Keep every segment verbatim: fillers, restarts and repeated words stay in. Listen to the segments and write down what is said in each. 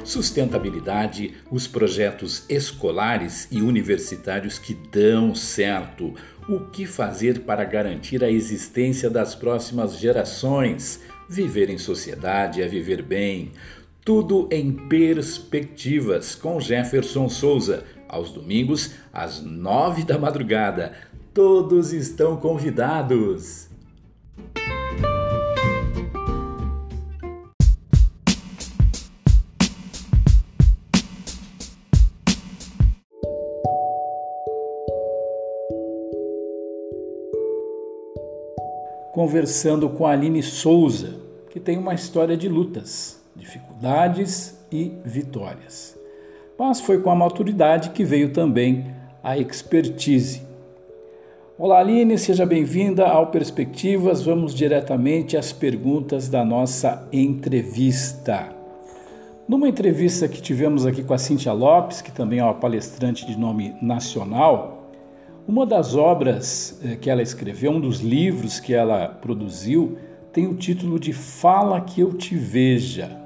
Sustentabilidade, os projetos escolares e universitários que dão certo. O que fazer para garantir a existência das próximas gerações? Viver em sociedade é viver bem. Tudo em Perspectivas, com Jefferson Souza, aos domingos, às nove da madrugada. Todos estão convidados! Conversando com a Aline Souza, que tem uma história de lutas, dificuldades e vitórias. Mas foi com a maturidade que veio também a expertise. Olá, Aline, seja bem-vinda ao Perspectivas. Vamos diretamente às perguntas da nossa entrevista. Numa entrevista que tivemos aqui com a Cíntia Lopes, que também é uma palestrante de nome nacional, uma das obras que ela escreveu, um dos livros que ela produziu, tem o título de Fala que eu te veja.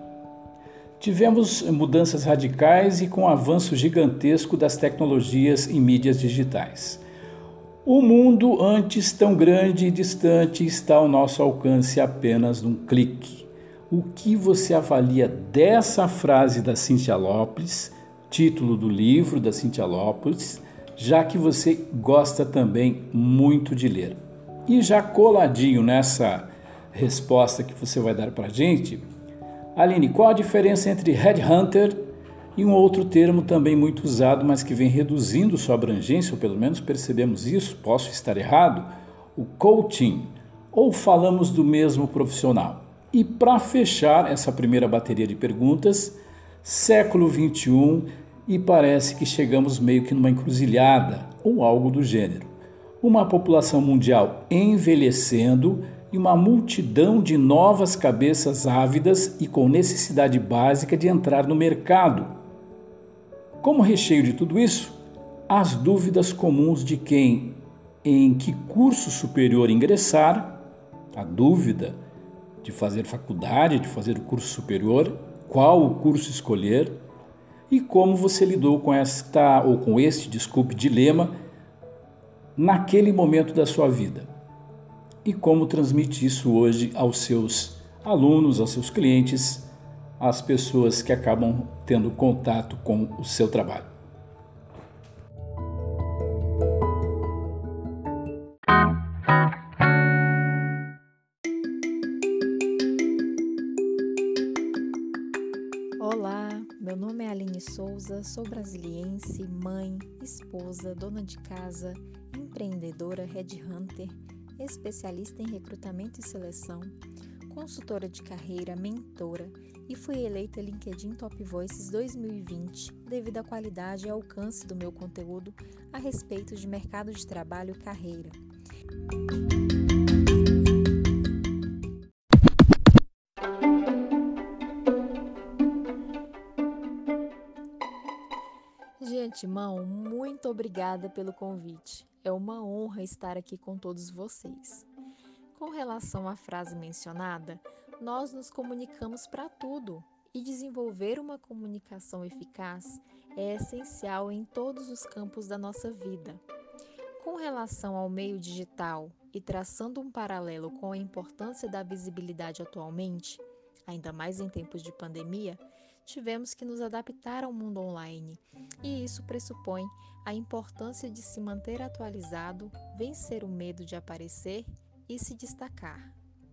Tivemos mudanças radicais e com um avanço gigantesco das tecnologias e mídias digitais. O mundo, antes tão grande e distante, está ao nosso alcance apenas num clique. O que você avalia dessa frase da Cíntia Lopes, título do livro da Cíntia Lopes, já que você gosta também muito de ler? E já coladinho nessa resposta que você vai dar para a gente, Aline, qual a diferença entre headhunter e um outro termo também muito usado, mas que vem reduzindo sua abrangência, ou pelo menos percebemos isso, posso estar errado, o coaching, ou falamos do mesmo profissional? E para fechar essa primeira bateria de perguntas, século vinte e um, e parece que chegamos meio que numa encruzilhada ou algo do gênero. Uma população mundial envelhecendo e uma multidão de novas cabeças ávidas e com necessidade básica de entrar no mercado. Como recheio de tudo isso, as dúvidas comuns de quem, em que curso superior ingressar, a dúvida de fazer faculdade, de fazer o curso superior, qual o curso escolher, e como você lidou com esta, ou com este, desculpe, dilema naquele momento da sua vida. E como transmite isso hoje aos seus alunos, aos seus clientes, às pessoas que acabam tendo contato com o seu trabalho. Olá, meu nome é Aline Souza, sou brasiliense, mãe, esposa, dona de casa, empreendedora, headhunter, especialista em recrutamento e seleção, consultora de carreira, mentora e fui eleita LinkedIn Top Voices dois mil e vinte devido à qualidade e alcance do meu conteúdo a respeito de mercado de trabalho e carreira. De antemão, muito obrigada pelo convite. É uma honra estar aqui com todos vocês. Com relação à frase mencionada, nós nos comunicamos para tudo e desenvolver uma comunicação eficaz é essencial em todos os campos da nossa vida. Com relação ao meio digital e traçando um paralelo com a importância da visibilidade atualmente, ainda mais em tempos de pandemia, tivemos que nos adaptar ao mundo online, e isso pressupõe a importância de se manter atualizado, vencer o medo de aparecer e se destacar.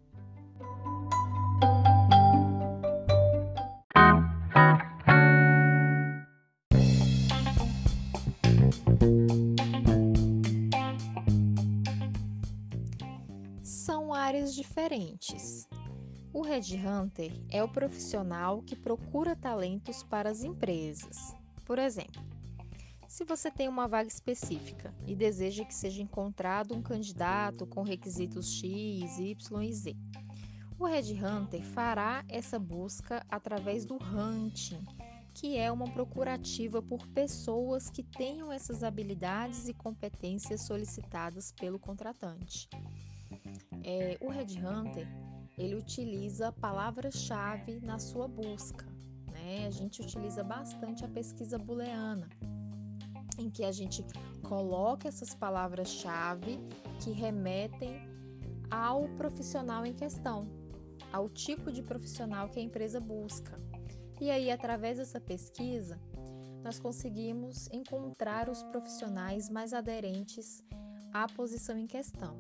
São áreas diferentes. O headhunter é o profissional que procura talentos para as empresas. Por exemplo, se você tem uma vaga específica e deseja que seja encontrado um candidato com requisitos X, Y e Z, o headhunter fará essa busca através do hunting, que é uma procurativa por pessoas que tenham essas habilidades e competências solicitadas pelo contratante. É, o headhunter ele utiliza palavras-chave na sua busca, né? né, a gente utiliza bastante a pesquisa booleana, em que a gente coloca essas palavras-chave que remetem ao profissional em questão, ao tipo de profissional que a empresa busca. E aí, através dessa pesquisa, nós conseguimos encontrar os profissionais mais aderentes à posição em questão.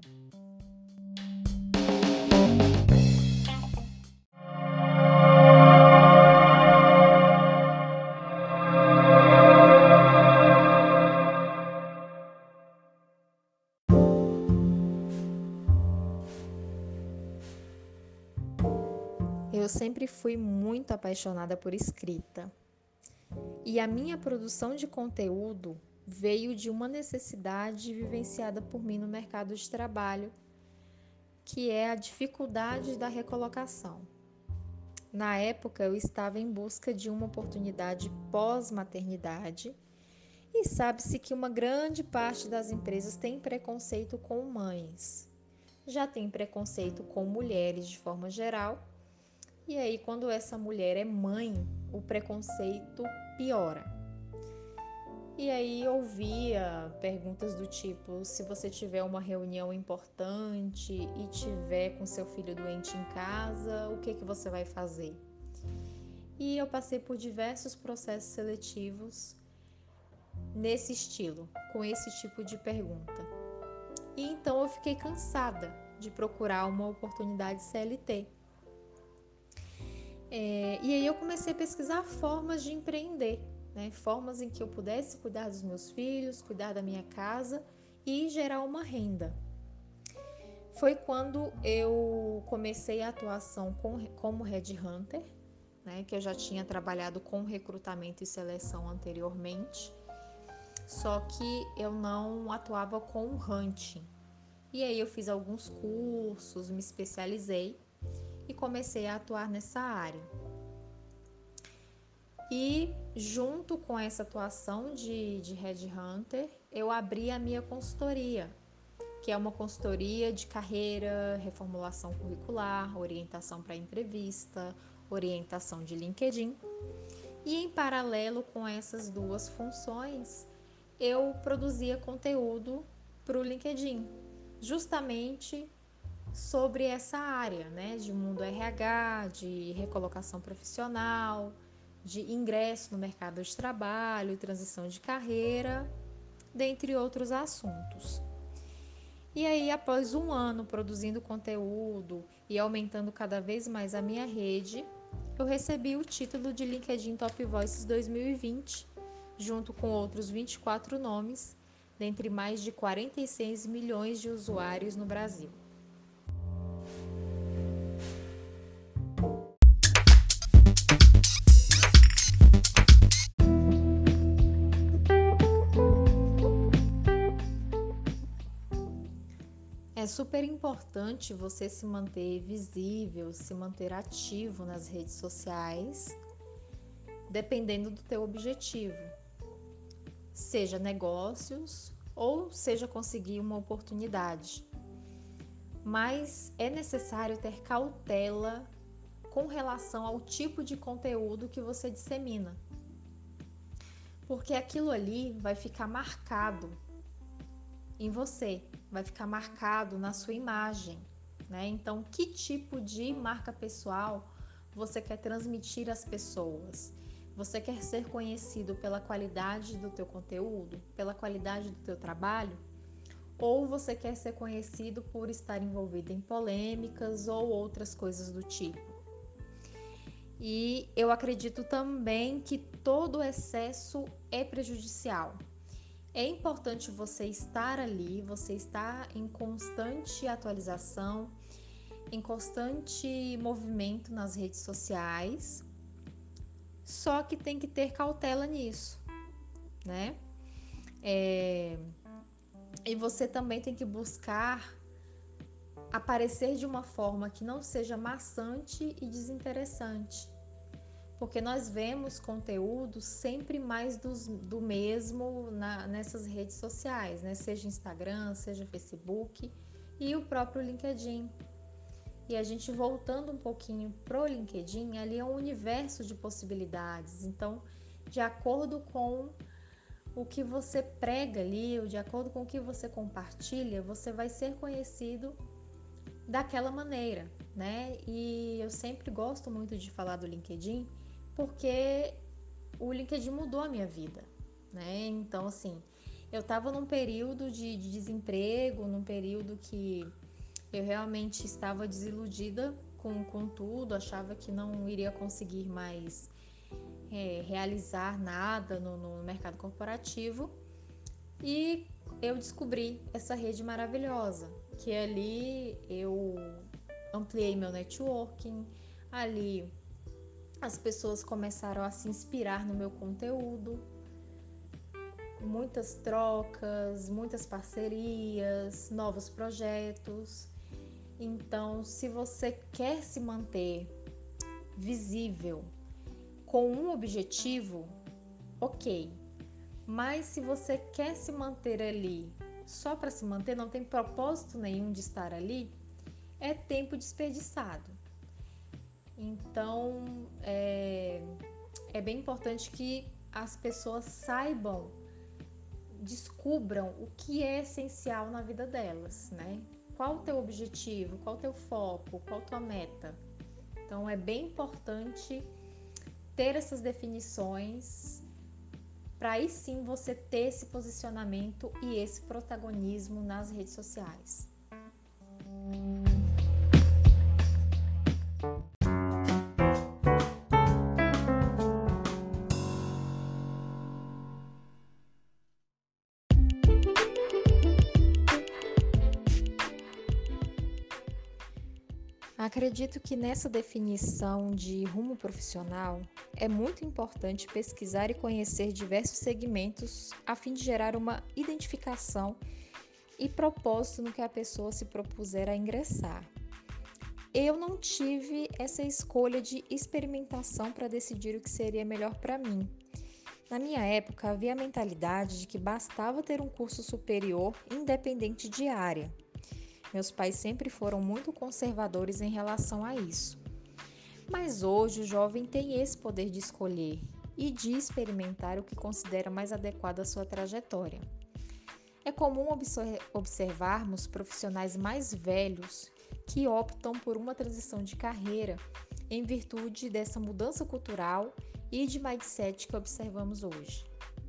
Eu sempre fui muito apaixonada por escrita. E a minha produção de conteúdo veio de uma necessidade vivenciada por mim no mercado de trabalho, que é a dificuldade da recolocação. Na época, eu estava em busca de uma oportunidade pós-maternidade e sabe-se que uma grande parte das empresas tem preconceito com mães. Já tem preconceito com mulheres de forma geral. E aí, quando essa mulher é mãe, o preconceito piora. E aí eu ouvia perguntas do tipo, se você tiver uma reunião importante e tiver com seu filho doente em casa, o que que você vai fazer? E eu passei por diversos processos seletivos nesse estilo, com esse tipo de pergunta. E então eu fiquei cansada de procurar uma oportunidade C L T. É, e aí eu comecei a pesquisar formas de empreender, né? Formas em que eu pudesse cuidar dos meus filhos, cuidar da minha casa e gerar uma renda. Foi quando eu comecei a atuação com, como headhunter, né? Que eu já tinha trabalhado com recrutamento e seleção anteriormente, só que eu não atuava com hunting. E aí eu fiz alguns cursos, me especializei e comecei a atuar nessa área. E junto com essa atuação de, de headhunter, eu abri a minha consultoria, que é uma consultoria de carreira, reformulação curricular, orientação para entrevista, orientação de LinkedIn. E em paralelo com essas duas funções, eu produzia conteúdo para o LinkedIn, justamente sobre essa área, né, de mundo R H, de recolocação profissional, de ingresso no mercado de trabalho, transição de carreira, dentre outros assuntos. E aí, após um ano produzindo conteúdo e aumentando cada vez mais a minha rede, eu recebi o título de LinkedIn Top Voices dois mil e vinte, junto com outros vinte e quatro nomes, dentre mais de quarenta e seis milhões de usuários no Brasil. É super importante você se manter visível, se manter ativo nas redes sociais, dependendo do teu objetivo, seja negócios ou seja conseguir uma oportunidade. Mas é necessário ter cautela com relação ao tipo de conteúdo que você dissemina, porque aquilo ali vai ficar marcado em você, vai ficar marcado na sua imagem, né? Então, que tipo de marca pessoal você quer transmitir às pessoas? Você quer ser conhecido pela qualidade do teu conteúdo, pela qualidade do teu trabalho? Ou você quer ser conhecido por estar envolvido em polêmicas ou outras coisas do tipo? E eu acredito também que todo excesso é prejudicial. É importante você estar ali, você estar em constante atualização, em constante movimento nas redes sociais, só que tem que ter cautela nisso, né? É... E você também tem que buscar aparecer de uma forma que não seja maçante e desinteressante. Porque nós vemos conteúdo sempre mais dos, do mesmo na, nessas redes sociais, né? Seja Instagram, seja Facebook e o próprio LinkedIn. E a gente voltando um pouquinho pro LinkedIn, ali é um universo de possibilidades. Então, de acordo com o que você prega ali, ou de acordo com o que você compartilha, você vai ser conhecido daquela maneira, né? E eu sempre gosto muito de falar do LinkedIn, porque o LinkedIn mudou a minha vida, né? Então, assim, eu estava num período de, de desemprego, num período que eu realmente estava desiludida com, com tudo, achava que não iria conseguir mais é, realizar nada no, no mercado corporativo, e eu descobri essa rede maravilhosa, que ali eu ampliei meu networking, ali as pessoas começaram a se inspirar no meu conteúdo, muitas trocas, muitas parcerias, novos projetos. Então, se você quer se manter visível com um objetivo, ok. Mas se você quer se manter ali só para se manter, não tem propósito nenhum de estar ali, é tempo desperdiçado. Então, é, é bem importante que as pessoas saibam, descubram o que é essencial na vida delas, né? Qual o teu objetivo, qual o teu foco, qual a tua meta. Então, é bem importante ter essas definições para aí sim você ter esse posicionamento e esse protagonismo nas redes sociais. Acredito que nessa definição de rumo profissional é muito importante pesquisar e conhecer diversos segmentos a fim de gerar uma identificação e propósito no que a pessoa se propuser a ingressar. Eu não tive essa escolha de experimentação para decidir o que seria melhor para mim. Na minha época, havia a mentalidade de que bastava ter um curso superior independente de área. Meus pais sempre foram muito conservadores em relação a isso. Mas hoje o jovem tem esse poder de escolher e de experimentar o que considera mais adequado à sua trajetória. É comum observarmos profissionais mais velhos que optam por uma transição de carreira em virtude dessa mudança cultural e de mindset que observamos hoje.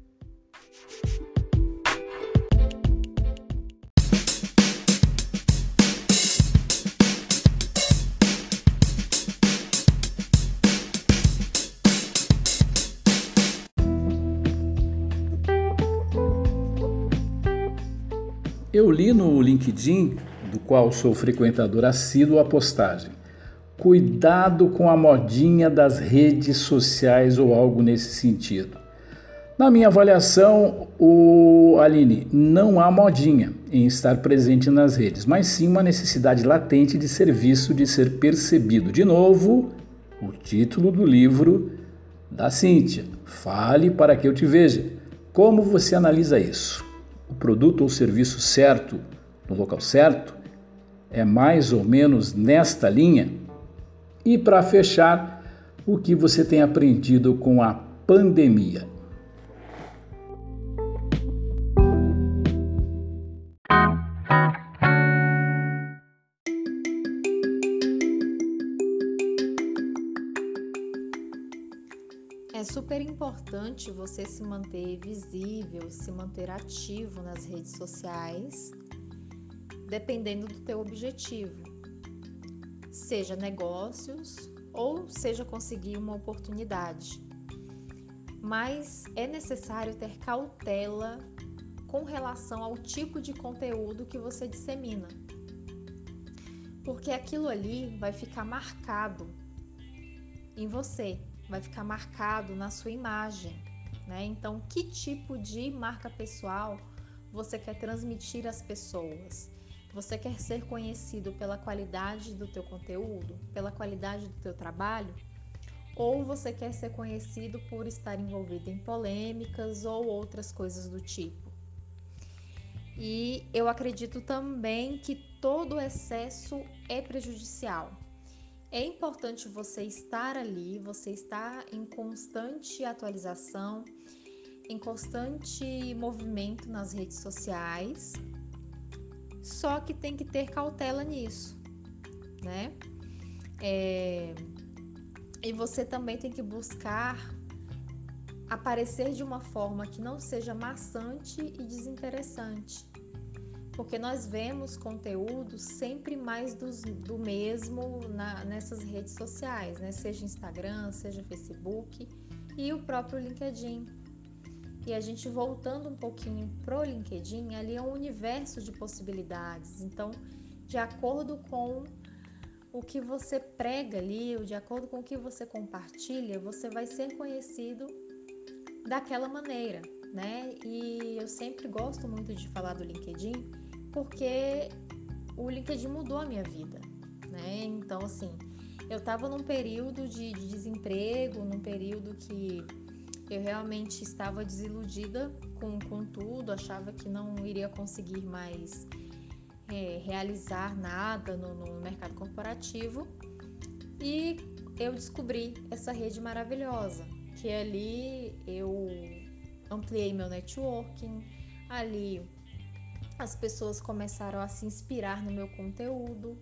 Eu li no LinkedIn, do qual sou frequentador assíduo, a postagem: cuidado com a modinha das redes sociais ou algo nesse sentido. Na minha avaliação, o Aline, não há modinha em estar presente nas redes, mas sim uma necessidade latente de ser visto, de ser percebido. De novo, o título do livro da Cíntia: Fale para que eu te veja. Como você analisa isso? O produto ou serviço certo, no local certo, é mais ou menos nesta linha? E para fechar, o que você tem aprendido com a pandemia? É super importante você se manter visível, se manter ativo nas redes sociais, dependendo do teu objetivo, seja negócios ou seja conseguir uma oportunidade. Mas é necessário ter cautela com relação ao tipo de conteúdo que você dissemina, porque aquilo ali vai ficar marcado em você, vai ficar marcado na sua imagem, né? Então, que tipo de marca pessoal você quer transmitir às pessoas? Você quer ser conhecido pela qualidade do teu conteúdo, pela qualidade do teu trabalho? Ou você quer ser conhecido por estar envolvido em polêmicas ou outras coisas do tipo? E eu acredito também que todo excesso é prejudicial. É importante você estar ali, você estar em constante atualização, em constante movimento nas redes sociais, só que tem que ter cautela nisso, né? É... E você também tem que buscar aparecer de uma forma que não seja maçante e desinteressante, porque nós vemos conteúdo sempre mais dos, do mesmo na, nessas redes sociais, né? Seja Instagram, seja Facebook e o próprio LinkedIn. E a gente voltando um pouquinho pro LinkedIn, ali é um universo de possibilidades. Então, de acordo com o que você prega ali, de acordo com o que você compartilha, você vai ser conhecido daquela maneira, né? E eu sempre gosto muito de falar do LinkedIn, porque o LinkedIn mudou a minha vida, né? Então, assim, eu estava num período de, de desemprego, num período que eu realmente estava desiludida com, com tudo, achava que não iria conseguir mais é, realizar nada no, no mercado corporativo, e eu descobri essa rede maravilhosa, que ali eu ampliei meu networking, ali as pessoas começaram a se inspirar no meu conteúdo,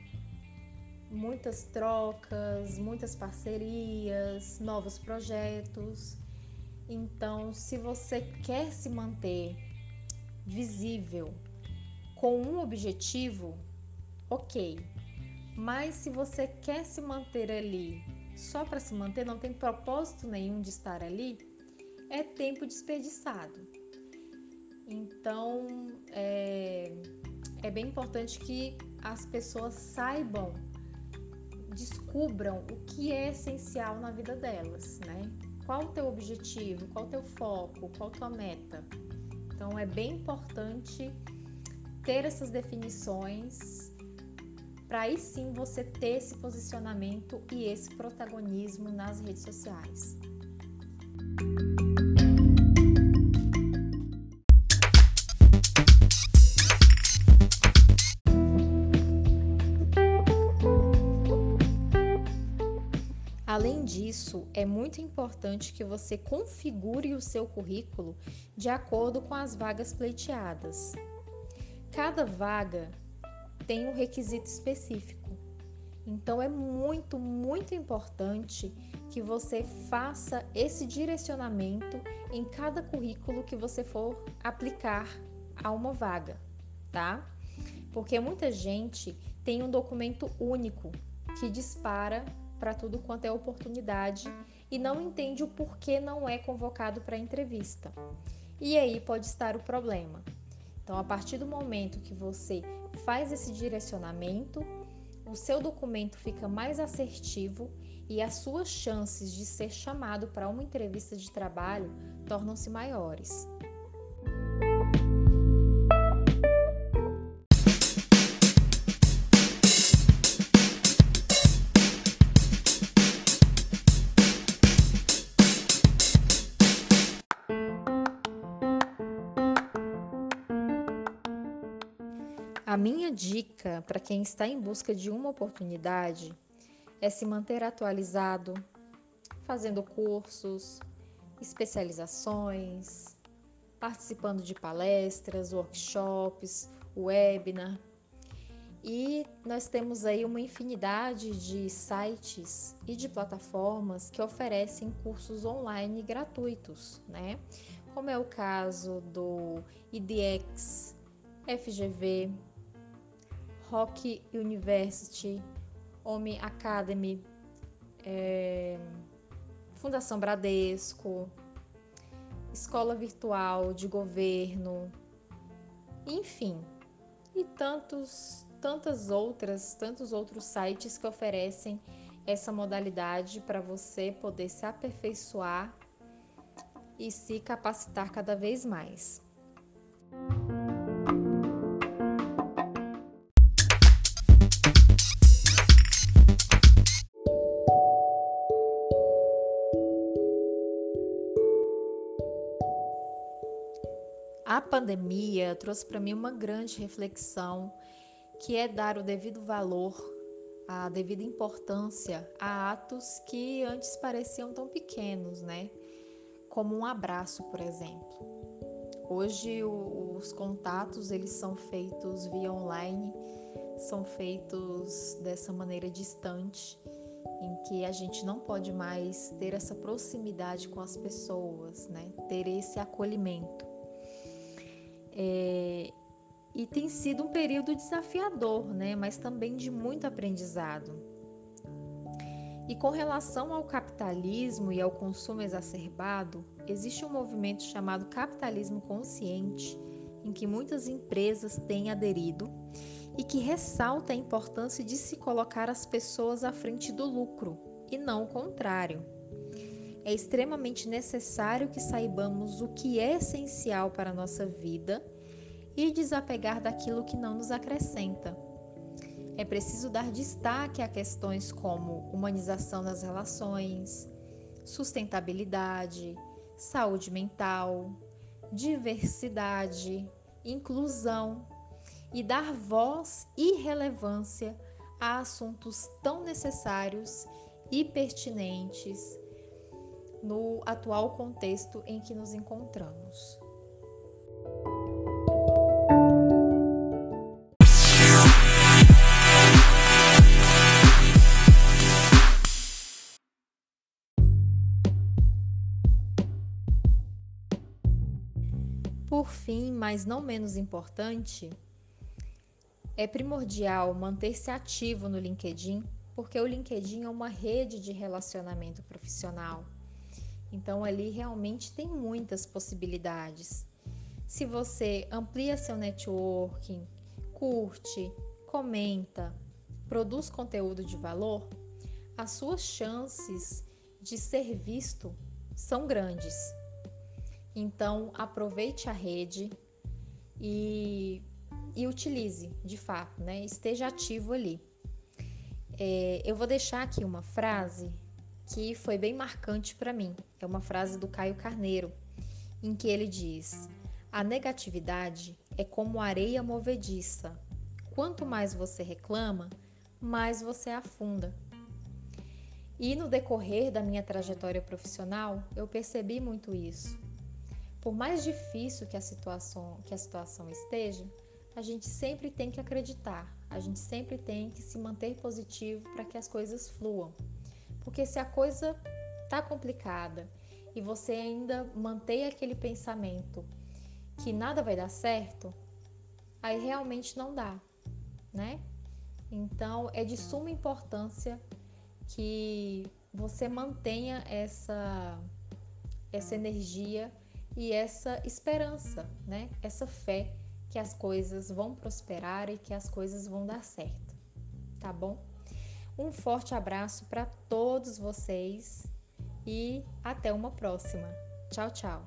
muitas trocas, muitas parcerias, novos projetos. Então, se você quer se manter visível com um objetivo, ok. Mas se você quer se manter ali só para se manter, não tem propósito nenhum de estar ali, é tempo desperdiçado. Então, é, é bem importante que as pessoas saibam, descubram o que é essencial na vida delas, né? Qual o teu objetivo, qual o teu foco, qual a tua meta. Então, é bem importante ter essas definições para aí sim você ter esse posicionamento e esse protagonismo nas redes sociais. Além disso, é muito importante que você configure o seu currículo de acordo com as vagas pleiteadas. Cada vaga tem um requisito específico. Então, é muito, muito importante que você faça esse direcionamento em cada currículo que você for aplicar a uma vaga, tá? Porque muita gente tem um documento único que dispara para tudo quanto é oportunidade e não entende o porquê não é convocado para a entrevista. E aí pode estar o problema. Então, a partir do momento que você faz esse direcionamento, o seu documento fica mais assertivo e as suas chances de ser chamado para uma entrevista de trabalho tornam-se maiores. A minha dica para quem está em busca de uma oportunidade é se manter atualizado, fazendo cursos, especializações, participando de palestras, workshops, webinar. E nós temos aí uma infinidade de sites e de plataformas que oferecem cursos online gratuitos, né? Como é o caso do I D X, F G V, Rock University, Home Academy, é, Fundação Bradesco, Escola Virtual de Governo, enfim, e tantos, tantas outras, tantos outros sites que oferecem essa modalidade para você poder se aperfeiçoar e se capacitar cada vez mais. A pandemia trouxe para mim uma grande reflexão, que é dar o devido valor, a devida importância a atos que antes pareciam tão pequenos, né? Como um abraço, por exemplo. Hoje o, os contatos eles são feitos via online, são feitos dessa maneira distante, em que a gente não pode mais ter essa proximidade com as pessoas, né? Ter esse acolhimento. É, e tem sido um período desafiador, né? Mas também de muito aprendizado. E com relação ao capitalismo e ao consumo exacerbado, existe um movimento chamado capitalismo consciente, em que muitas empresas têm aderido e que ressalta a importância de se colocar as pessoas à frente do lucro, e não o contrário. É extremamente necessário que saibamos o que é essencial para a nossa vida e desapegar daquilo que não nos acrescenta. É preciso dar destaque a questões como humanização das relações, sustentabilidade, saúde mental, diversidade, inclusão e dar voz e relevância a assuntos tão necessários e pertinentes no atual contexto em que nos encontramos. Por fim, mas não menos importante, é primordial manter-se ativo no LinkedIn, porque o LinkedIn é uma rede de relacionamento profissional. Então, ali realmente tem muitas possibilidades. Se você amplia seu networking, curte, comenta, produz conteúdo de valor, as suas chances de ser visto são grandes. Então, aproveite a rede e, e utilize, de fato, né? Esteja ativo ali. É, eu vou deixar aqui uma frase que foi bem marcante para mim. É uma frase do Caio Carneiro, em que ele diz: a negatividade é como areia movediça. Quanto mais você reclama, mais você afunda. E no decorrer da minha trajetória profissional, eu percebi muito isso. Por mais difícil que a situação, que a situação esteja, a gente sempre tem que acreditar, a gente sempre tem que se manter positivo para que as coisas fluam. Porque se a coisa está complicada e você ainda mantém aquele pensamento que nada vai dar certo, aí realmente não dá, né? Então é de suma importância que você mantenha essa, essa energia e essa esperança, né? Essa fé que as coisas vão prosperar e que as coisas vão dar certo, tá bom? Um forte abraço para todos vocês e até uma próxima. Tchau, tchau.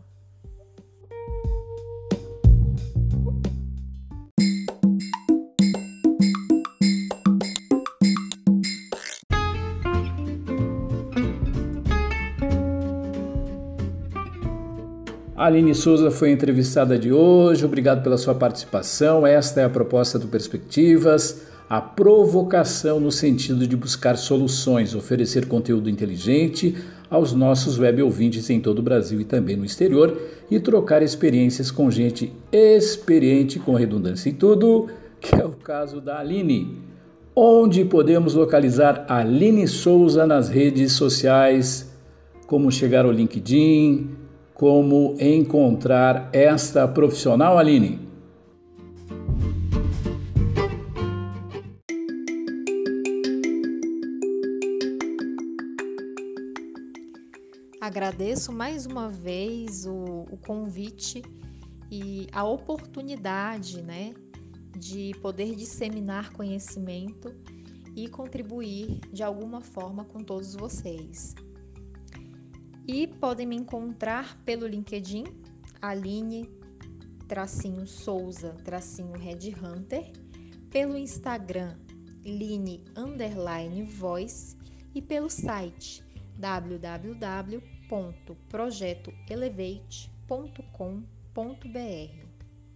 A Aline Souza foi a entrevistada de hoje. Obrigado pela sua participação. Esta é a proposta do Perspectivas, a provocação no sentido de buscar soluções, oferecer conteúdo inteligente aos nossos web ouvintes em todo o Brasil e também no exterior e trocar experiências com gente experiente, com redundância em tudo, que é o caso da Aline. Onde podemos localizar a Aline Souza nas redes sociais? Como chegar ao LinkedIn? Como encontrar esta profissional, Aline? Agradeço mais uma vez o, o convite e a oportunidade, né, de poder disseminar conhecimento e contribuir de alguma forma com todos vocês. E podem me encontrar pelo LinkedIn, Aline tracinho Souza tracinho Red Hunter, pelo Instagram, Line underline Voice e pelo site w w w ponto projeto elevate ponto com ponto b r.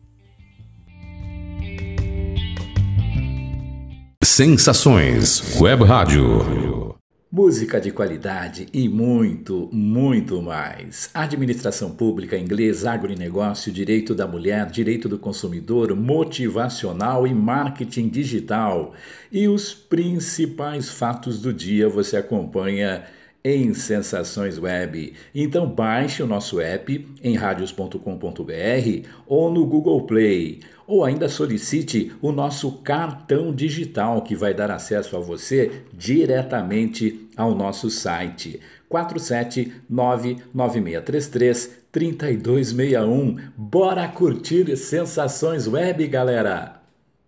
Sensações Web Rádio. Música de qualidade e muito, muito mais. Administração pública, inglês, agronegócio, direito da mulher, direito do consumidor, motivacional e marketing digital. E os principais fatos do dia você acompanha em Sensações Web. Então baixe o nosso app em radios ponto com ponto b r ou no Google Play. Ou ainda solicite o nosso cartão digital que vai dar acesso a você diretamente ao nosso site. quatro sete nove nove seis três três, três dois seis um. Bora curtir Sensações Web, galera!